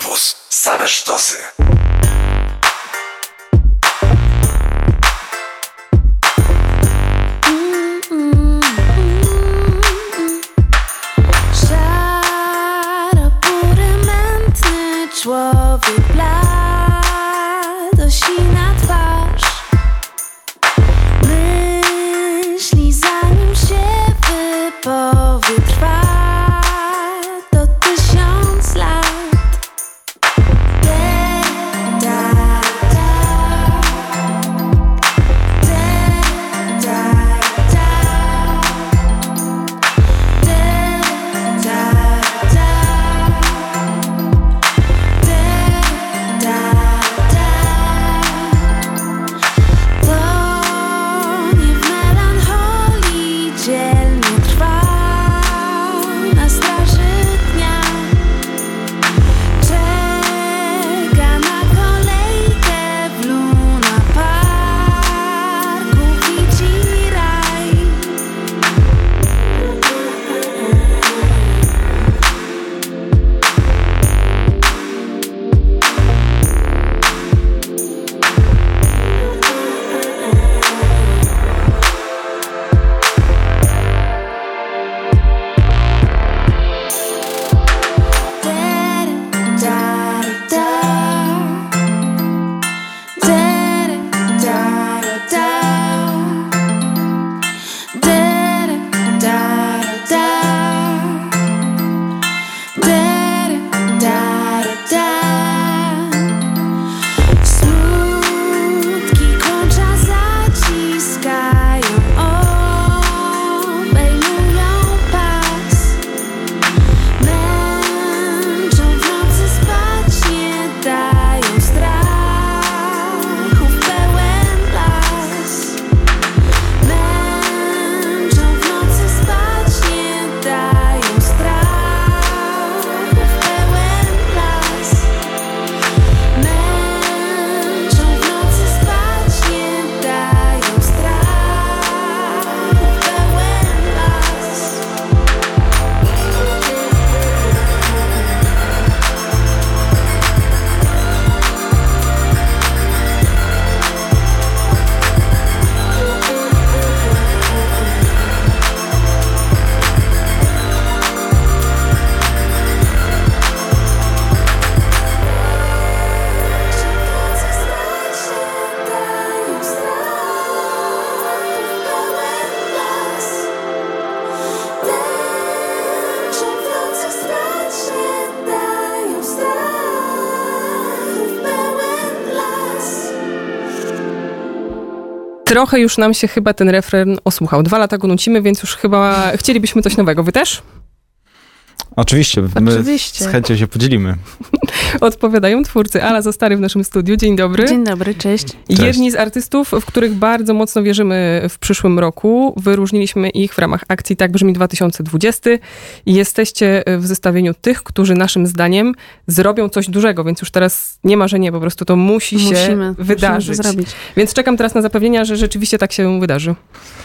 Campus. Same sztosy. Człowiek blado sina twarz, myśli zanim się wypowie, trwa to 1000 lat. Trochę już nam się chyba ten refren osłuchał. 2 lata go nucimy, więc już chyba chcielibyśmy coś nowego. Wy też? Oczywiście. My z chęcią się podzielimy. Odpowiadają twórcy. Ala Zastary w naszym studiu. Dzień dobry. Dzień dobry, cześć. Jedni z artystów, w których bardzo mocno wierzymy w przyszłym roku. Wyróżniliśmy ich w ramach akcji Tak brzmi 2020. I jesteście w zestawieniu tych, którzy naszym zdaniem zrobią coś dużego, więc już teraz nie ma, że nie. Po prostu to musi się wydarzyć. Zrobić. Więc czekam teraz na zapewnienia, że rzeczywiście tak się wydarzy.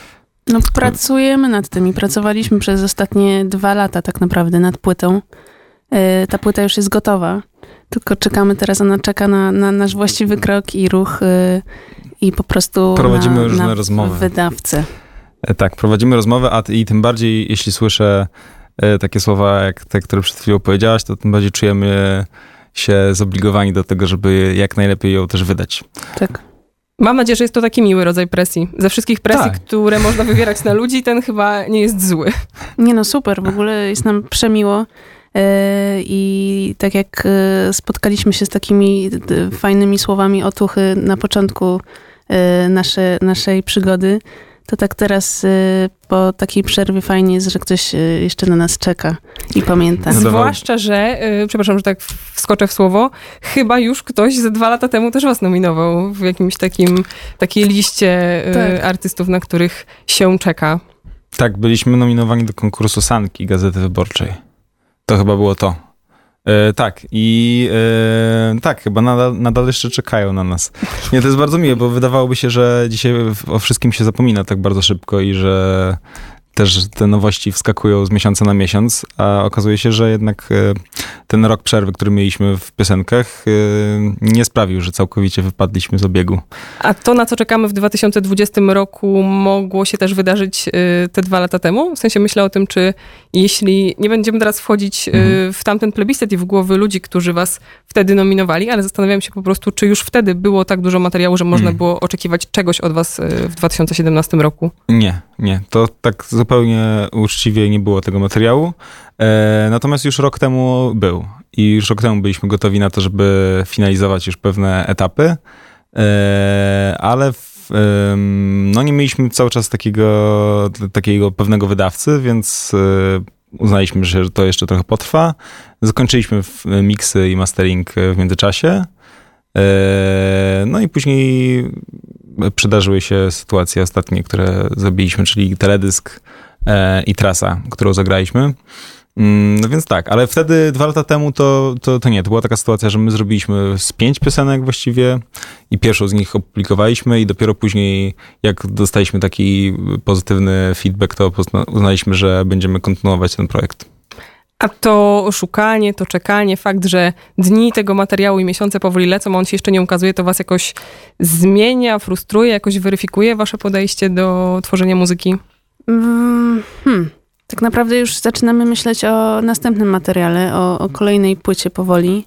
No pracujemy nad tym i pracowaliśmy przez ostatnie 2 lata tak naprawdę nad płytą. Ta płyta już jest gotowa, tylko czekamy teraz, ona czeka na nasz właściwy krok i ruch i po prostu prowadzimy różne rozmowy. Wydawcę. Tak, prowadzimy rozmowy, i tym bardziej jeśli słyszę takie słowa jak te, które przed chwilą powiedziałaś, to tym bardziej czujemy się zobligowani do tego, żeby jak najlepiej ją też wydać. Tak. Mam nadzieję, że jest to taki miły rodzaj presji. Ze wszystkich presji, które można wywierać na ludzi, ten chyba nie jest zły. Nie no, super. W ogóle jest nam przemiło. I tak jak spotkaliśmy się z takimi fajnymi słowami otuchy na początku naszej przygody, to tak teraz po takiej przerwie fajnie jest, że ktoś jeszcze na nas czeka i pamięta. Zwłaszcza, że, przepraszam, że tak wskoczę w słowo, chyba już ktoś ze 2 lata temu też was nominował w jakimś takiej liście artystów, na których się czeka. Tak, byliśmy nominowani do konkursu Sanki Gazety Wyborczej. To chyba było to. Tak, tak, chyba nadal jeszcze czekają na nas. Nie, to jest bardzo miłe, bo wydawałoby się, że dzisiaj o wszystkim się zapomina tak bardzo szybko i że też te nowości wskakują z miesiąca na miesiąc, a okazuje się, że jednak ten rok przerwy, który mieliśmy w piosenkach, nie sprawił, że całkowicie wypadliśmy z obiegu. A to, na co czekamy w 2020 roku, mogło się też wydarzyć te 2 lata temu? W sensie myślę o tym, czy jeśli nie będziemy teraz wchodzić w tamten plebiscyt i w głowy ludzi, którzy was wtedy nominowali, ale zastanawiam się po prostu, czy już wtedy było tak dużo materiału, że można było oczekiwać czegoś od was w 2017 roku? Nie. To tak zupełnie uczciwie nie było tego materiału. Natomiast już rok temu był. I już rok temu byliśmy gotowi na to, żeby finalizować już pewne etapy. Ale no nie mieliśmy cały czas takiego pewnego wydawcy, więc uznaliśmy, że to jeszcze trochę potrwa. Zakończyliśmy miksy i mastering w międzyczasie. No i później przydarzyły się sytuacje ostatnie, które zrobiliśmy, czyli teledysk i trasa, którą zagraliśmy. No więc tak, ale wtedy 2 lata temu to nie, to była taka sytuacja, że my zrobiliśmy z 5 piosenek właściwie i pierwszą z nich opublikowaliśmy i dopiero później, jak dostaliśmy taki pozytywny feedback, to uznaliśmy, że będziemy kontynuować ten projekt. A to szukanie, to czekanie, fakt, że dni tego materiału i miesiące powoli lecą, a on się jeszcze nie ukazuje, to was jakoś zmienia, frustruje, jakoś weryfikuje wasze podejście do tworzenia muzyki? Tak naprawdę już zaczynamy myśleć o następnym materiale, o kolejnej płycie powoli.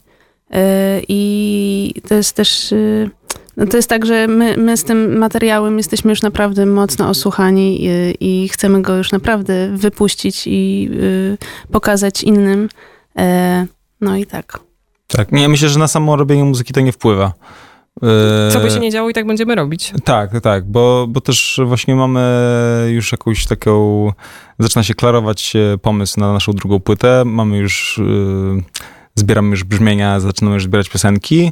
I to jest też... No to jest tak, że my z tym materiałem jesteśmy już naprawdę mocno osłuchani i chcemy go już naprawdę wypuścić i pokazać innym. No i tak. Tak, nie, myślę, że na samo robienie muzyki to nie wpływa. Co by się nie działo i tak będziemy robić. Tak, bo też właśnie mamy już jakąś taką, zaczyna się klarować pomysł na naszą drugą płytę, mamy już, zbieramy już brzmienia, zaczynamy już zbierać piosenki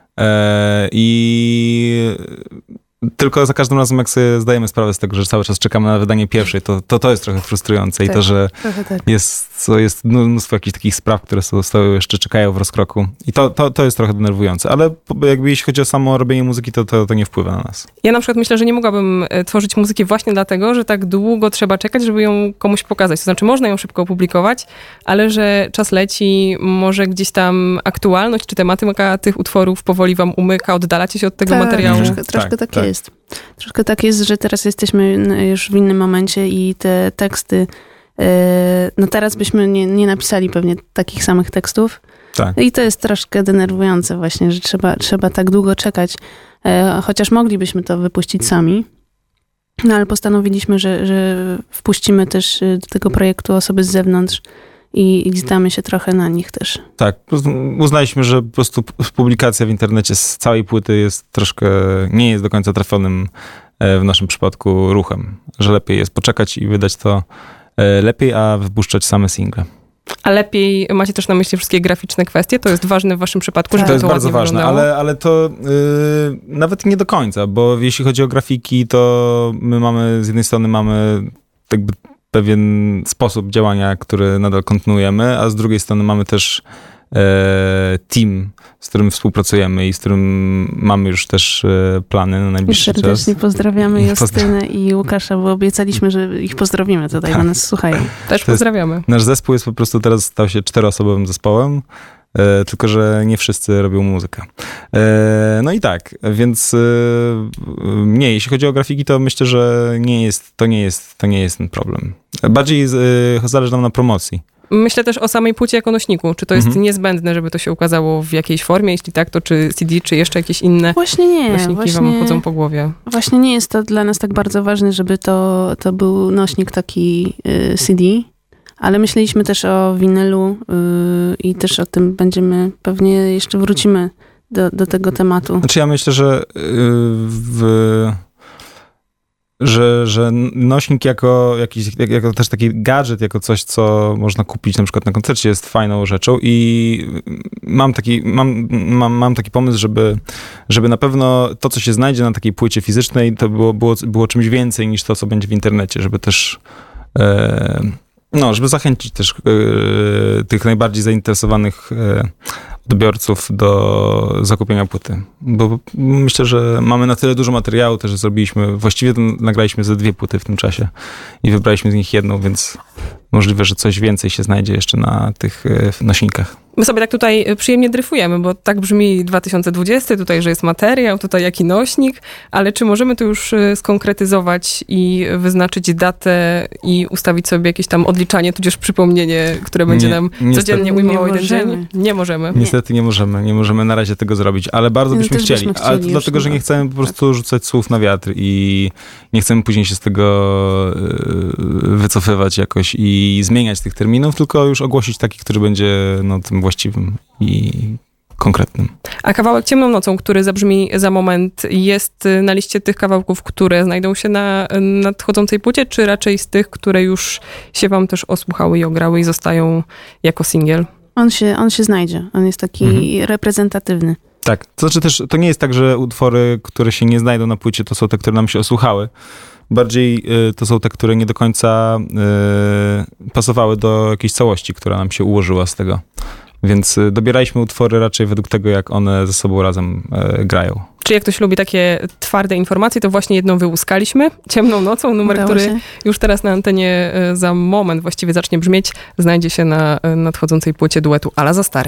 i tylko za każdym razem, jak sobie zdajemy sprawę z tego, że cały czas czekamy na wydanie pierwszej, to jest trochę frustrujące. Tak, i to, że tak. jest mnóstwo jakichś takich spraw, które jeszcze czekają w rozkroku. I to jest trochę denerwujące, ale jakby jeśli chodzi o samo robienie muzyki, to nie wpływa na nas. Ja na przykład myślę, że nie mogłabym tworzyć muzyki właśnie dlatego, że tak długo trzeba czekać, żeby ją komuś pokazać. To znaczy, można ją szybko opublikować, ale że czas leci, może gdzieś tam aktualność czy tematyka tych utworów powoli wam umyka, oddalacie się od tego materiału. Troszkę tak jest. Troszkę tak jest, że teraz jesteśmy już w innym momencie i te teksty, no teraz byśmy nie napisali pewnie takich samych tekstów. Tak. I to jest troszkę denerwujące właśnie, że trzeba tak długo czekać, chociaż moglibyśmy to wypuścić sami. No ale postanowiliśmy, że wpuścimy też do tego projektu osoby z zewnątrz i zdamy się trochę na nich też. Tak, uznaliśmy, że po prostu publikacja w internecie z całej płyty jest troszkę, nie jest do końca trafionym w naszym przypadku ruchem, że lepiej jest poczekać i wydać to lepiej, a wypuszczać same single. A lepiej macie też na myśli wszystkie graficzne kwestie? To jest ważne w waszym przypadku, żeby to jest bardzo ważne, wyglądało? ale to nawet nie do końca, bo jeśli chodzi o grafiki, to my z jednej strony mamy jakby pewien sposób działania, który nadal kontynuujemy, a z drugiej strony mamy też team, z którym współpracujemy i z którym mamy już też plany na najbliższy czas. Serdecznie pozdrawiamy Justynę i Łukasza, bo obiecaliśmy, że ich pozdrowimy tutaj, bo nas słuchają. Też pozdrawiamy. Nasz zespół jest po prostu teraz stał się 4-osobowym zespołem, tylko że nie wszyscy robią muzykę. No i tak, więc jeśli chodzi o grafiki, to myślę, że to nie jest ten problem. Bardziej zależy nam na promocji. Myślę też o samej płycie jako nośniku. Czy to jest niezbędne, żeby to się ukazało w jakiejś formie? Jeśli tak, to czy CD, czy jeszcze jakieś inne nośniki wam chodzą po głowie? Właśnie nie jest to dla nas tak bardzo ważne, żeby to był nośnik taki CD, ale myśleliśmy też o winylu i też o tym pewnie jeszcze wrócimy do tego tematu. Znaczy ja myślę, że nośnik jako też taki gadżet, jako coś, co można kupić na przykład na koncercie, jest fajną rzeczą i mam taki pomysł, żeby na pewno to, co się znajdzie na takiej płycie fizycznej, to było czymś więcej niż to, co będzie w internecie, żeby też żeby zachęcić też tych najbardziej zainteresowanych odbiorców do zakupienia płyty. Bo myślę, że mamy na tyle dużo materiału, też zrobiliśmy, właściwie nagraliśmy ze 2 płyty w tym czasie i wybraliśmy z nich jedną, więc możliwe, że coś więcej się znajdzie jeszcze na tych nośnikach. My sobie tak tutaj przyjemnie dryfujemy, bo tak brzmi 2020, tutaj, że jest materiał, tutaj jaki nośnik, ale czy możemy to już skonkretyzować i wyznaczyć datę i ustawić sobie jakieś tam odliczanie, tudzież przypomnienie, które będzie nam codziennie ujmowało jeden dzień? Nie możemy. Niestety nie możemy na razie tego zrobić, ale bardzo byśmy chcieli. Ale to dlatego, że nie chcemy po prostu rzucać słów na wiatr i nie chcemy później się z tego wycofywać jakoś i zmieniać tych terminów, tylko już ogłosić taki, który będzie tym właściwym i konkretnym. A kawałek Ciemną nocą, który zabrzmi za moment, jest na liście tych kawałków, które znajdą się na nadchodzącej płycie, czy raczej z tych, które już się wam też osłuchały i ograły i zostają jako singiel? On się znajdzie. On jest taki reprezentatywny. Tak. To znaczy też, to nie jest tak, że utwory, które się nie znajdą na płycie, to są te, które nam się osłuchały. Bardziej to są te, które nie do końca pasowały do jakiejś całości, która nam się ułożyła z tego. Więc dobieraliśmy utwory raczej według tego, jak one ze sobą razem grają. Czy jak ktoś lubi takie twarde informacje, to właśnie jedną wyłuskaliśmy. Ciemną nocą, numer, który już teraz na antenie za moment właściwie zacznie brzmieć, znajdzie się na nadchodzącej płycie duetu Ala za stary.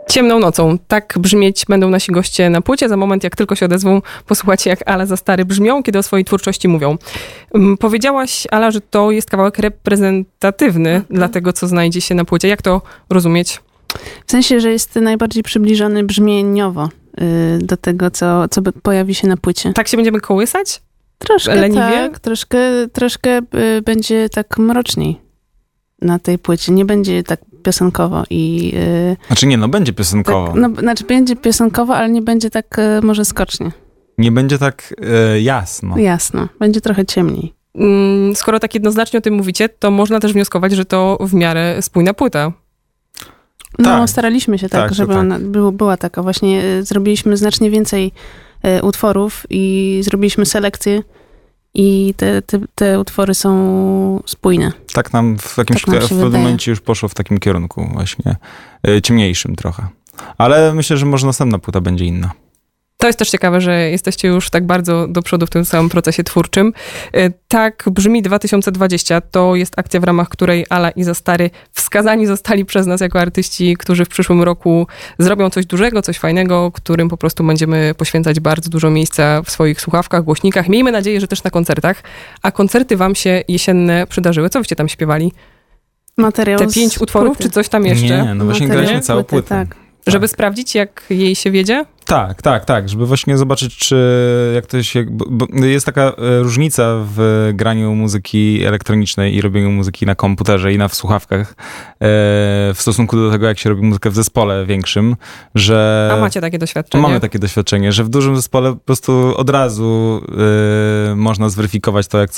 Ciemną nocą. Tak brzmieć będą nasi goście na płycie. Za moment, jak tylko się odezwą, posłuchacie, jak Ala za stary brzmią, kiedy o swojej twórczości mówią. Powiedziałaś, Ala, że to jest kawałek reprezentatywny dla tego, co znajdzie się na płycie. Jak to rozumieć? W sensie, że jest najbardziej przybliżony brzmieniowo do tego, co pojawi się na płycie. Tak się będziemy kołysać? Troszkę leniwie? tak, troszkę będzie tak mroczniej na tej płycie. Nie będzie tak piosenkowo i... Znaczy nie, no będzie piosenkowo. Tak, znaczy będzie piosenkowo, ale nie będzie tak może skocznie. Nie będzie tak jasno. Jasno, będzie trochę ciemniej. Skoro tak jednoznacznie o tym mówicie, to można też wnioskować, że to w miarę spójna płyta. No, Tak. Staraliśmy się tak, żeby ona była taka. Właśnie zrobiliśmy znacznie więcej utworów i zrobiliśmy selekcję i te utwory są spójne. Tak nam w jakimś Tak nam się w pewnym wydaje. momencie już poszło w takim kierunku właśnie ciemniejszym trochę. Ale myślę, że może następna płyta będzie inna. To jest też ciekawe, że jesteście już tak bardzo do przodu w tym samym procesie twórczym. Tak brzmi 2020. To jest akcja, w ramach której Ala i Za Stary wskazani zostali przez nas jako artyści, którzy w przyszłym roku zrobią coś dużego, coś fajnego, którym po prostu będziemy poświęcać bardzo dużo miejsca w swoich słuchawkach, głośnikach. Miejmy nadzieję, że też na koncertach. A koncerty wam się jesienne przydarzyły. Co wyście tam śpiewali? Materiał Te z 5 utworów, płyty. czy coś tam jeszcze? Nie, no właśnie Materiał graliśmy całą płyty, płytę. tak. Żeby sprawdzić, jak jej się wiedzie? Tak, żeby właśnie zobaczyć, czy jak to się... Bo jest taka różnica w graniu muzyki elektronicznej i robieniu muzyki na komputerze i na słuchawkach w stosunku do tego, jak się robi muzykę w zespole większym, że... A macie takie doświadczenie? Mamy takie doświadczenie, że w dużym zespole po prostu od razu można zweryfikować to,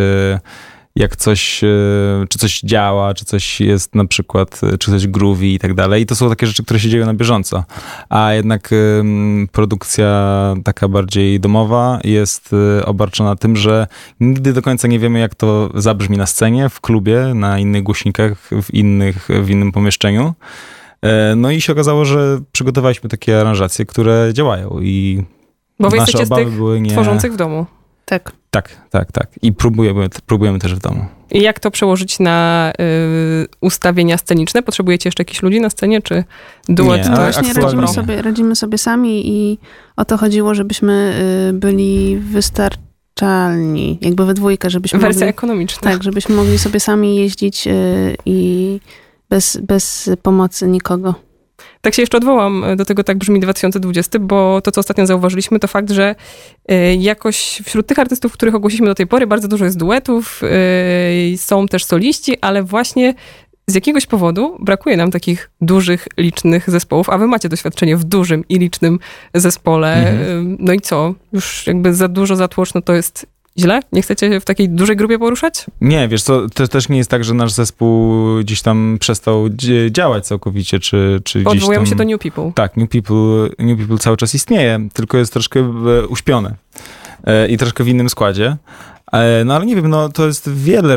czy coś działa, czy coś jest na przykład, czy coś groovy i tak dalej. I to są takie rzeczy, które się dzieją na bieżąco. A jednak produkcja taka bardziej domowa jest obarczona tym, że nigdy do końca nie wiemy, jak to zabrzmi na scenie, w klubie, na innych głośnikach, w innym pomieszczeniu. No i się okazało, że przygotowaliśmy takie aranżacje, które działają i Bo wy nasze jesteście z obawy tych były tworzących w domu. Tak. Tak. I próbujemy też w domu. I jak to przełożyć na ustawienia sceniczne? Potrzebujecie jeszcze jakichś ludzi na scenie, czy duet? Nie, to ale jest Właśnie aktualnie- radzimy sobie sami i o to chodziło, żebyśmy byli wystarczalni, jakby we dwójkę, żebyśmy wersja mogli, ekonomiczna. tak, żebyśmy mogli sobie sami jeździć i bez pomocy nikogo. Tak się jeszcze odwołam do tego, tak brzmi 2020, bo to, co ostatnio zauważyliśmy, to fakt, że jakoś wśród tych artystów, których ogłosiliśmy do tej pory, bardzo dużo jest duetów, są też soliści, ale właśnie z jakiegoś powodu brakuje nam takich dużych, licznych zespołów, a wy macie doświadczenie w dużym i licznym zespole. No i co? Już jakby za dużo, za tłoczno to jest źle? Nie chcecie się w takiej dużej grupie poruszać? Nie, wiesz co, to też nie jest tak, że nasz zespół gdzieś tam przestał działać całkowicie, czy gdzieś Odwołujemy tam... się do New People. Tak, New People cały czas istnieje, tylko jest troszkę uśpione i troszkę w innym składzie. No ale nie wiem, no to jest wiele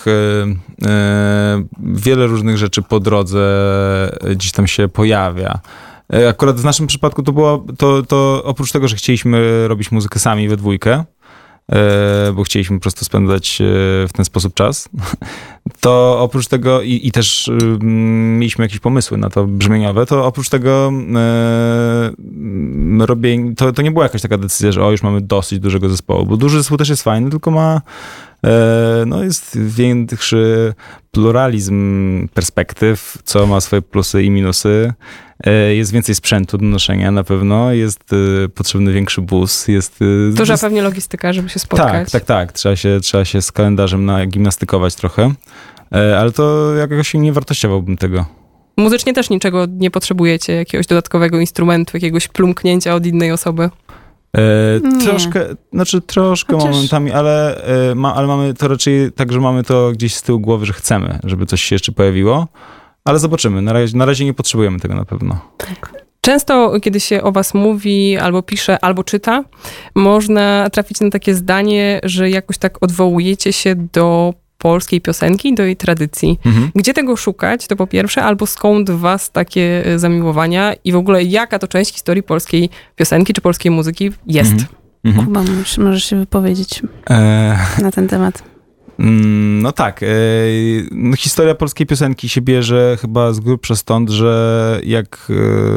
różnych rzeczy po drodze gdzieś tam się pojawia. Akurat w naszym przypadku to oprócz tego, że chcieliśmy robić muzykę sami we dwójkę, bo chcieliśmy po prostu spędzać w ten sposób czas, to oprócz tego i też mieliśmy jakieś pomysły na to brzmieniowe, to oprócz tego to nie była jakaś taka decyzja, że już mamy dosyć dużego zespołu, bo duży zespół też jest fajny, tylko ma jest większy pluralizm perspektyw, co ma swoje plusy i minusy. Jest więcej sprzętu do noszenia na pewno, jest potrzebny większy bus, jest... Duża pewnie logistyka, żeby się spotkać. Tak. Trzeba się z kalendarzem nagimnastykować trochę, ale to jakoś nie wartościowałbym tego. Muzycznie też niczego nie potrzebujecie, jakiegoś dodatkowego instrumentu, jakiegoś plumknięcia od innej osoby. Troszkę momentami, ale mamy to raczej tak, że mamy to gdzieś z tyłu głowy, że chcemy, żeby coś się jeszcze pojawiło, ale zobaczymy. Na razie nie potrzebujemy tego na pewno. Często, kiedy się o was mówi, albo pisze, albo czyta, można trafić na takie zdanie, że jakoś tak odwołujecie się do polskiej piosenki, do jej tradycji. Gdzie tego szukać, to po pierwsze, albo skąd was takie zamiłowania i w ogóle jaka to część historii polskiej piosenki czy polskiej muzyki jest? Kuba, możesz się wypowiedzieć na ten temat. No tak. No, historia polskiej piosenki się bierze chyba z grubsza stąd, że jak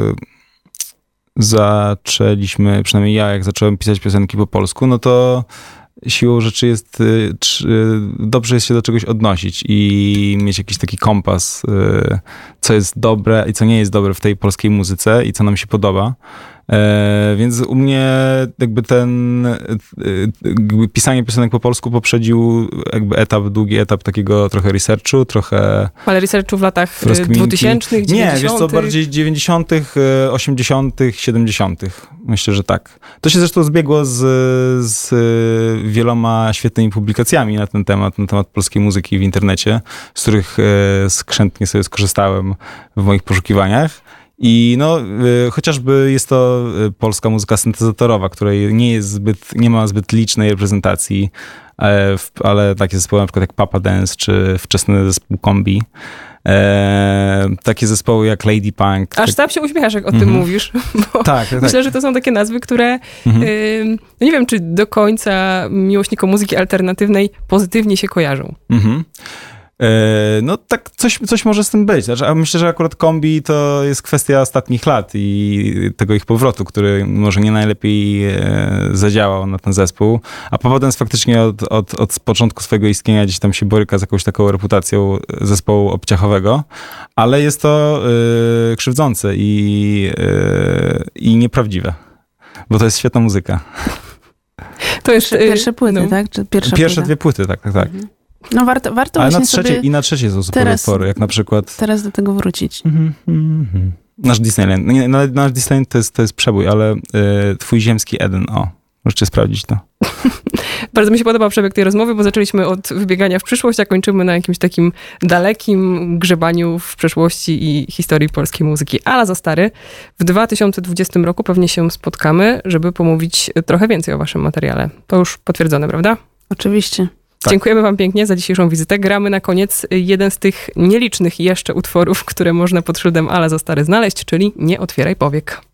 zaczęliśmy, przynajmniej ja, jak zacząłem pisać piosenki po polsku, no to siłą rzeczy jest, dobrze jest się do czegoś odnosić i mieć jakiś taki kompas, co jest dobre i co nie jest dobre w tej polskiej muzyce i co nam się podoba. Więc u mnie jakby pisanie piosenek po polsku poprzedził jakby długi etap takiego trochę researchu, trochę... Ale researchu w latach 2000, 90. Nie, wiesz co, bardziej 90., 80., 70. Myślę, że tak. To się zresztą zbiegło z wieloma świetnymi publikacjami na temat polskiej muzyki w internecie, z których skrzętnie sobie skorzystałem w moich poszukiwaniach. I no, chociażby jest to polska muzyka syntezatorowa, której nie ma zbyt licznej reprezentacji, ale takie zespoły na przykład jak Papa Dance, czy wczesny zespół Kombi. Takie zespoły jak Lady Punk. Aż tam się uśmiechasz, jak o tym mówisz. Bo tak. Myślę, że to są takie nazwy, które no nie wiem, czy do końca miłośnikom muzyki alternatywnej pozytywnie się kojarzą. No tak, coś może z tym być. Znaczy, a myślę, że akurat Kombi to jest kwestia ostatnich lat i tego ich powrotu, który może nie najlepiej zadziałał na ten zespół. A Papa Dance faktycznie od początku swojego istnienia gdzieś tam się boryka z jakąś taką reputacją zespołu obciachowego, ale jest to krzywdzące i nieprawdziwe, bo to jest świetna muzyka. To jest pierwsze płyty, tak? Czy pierwsze dwie płyty, tak. No warto ale właśnie sobie... I na trzeciej są super utwory, jak na przykład... Teraz do tego wrócić. Nasz Disneyland. Nie, nasz Disneyland to jest przebój, ale twój ziemski Eden, możecie sprawdzić to. Bardzo mi się podobał przebieg tej rozmowy, bo zaczęliśmy od wybiegania w przyszłość, a kończymy na jakimś takim dalekim grzebaniu w przeszłości i historii polskiej muzyki. Ale za stary, w 2020 roku pewnie się spotkamy, żeby pomówić trochę więcej o waszym materiale. To już potwierdzone, prawda? Oczywiście. Tak. Dziękujemy wam pięknie za dzisiejszą wizytę. Gramy na koniec jeden z tych nielicznych jeszcze utworów, które można pod szyldem Ale za stary znaleźć, czyli Nie otwieraj powiek.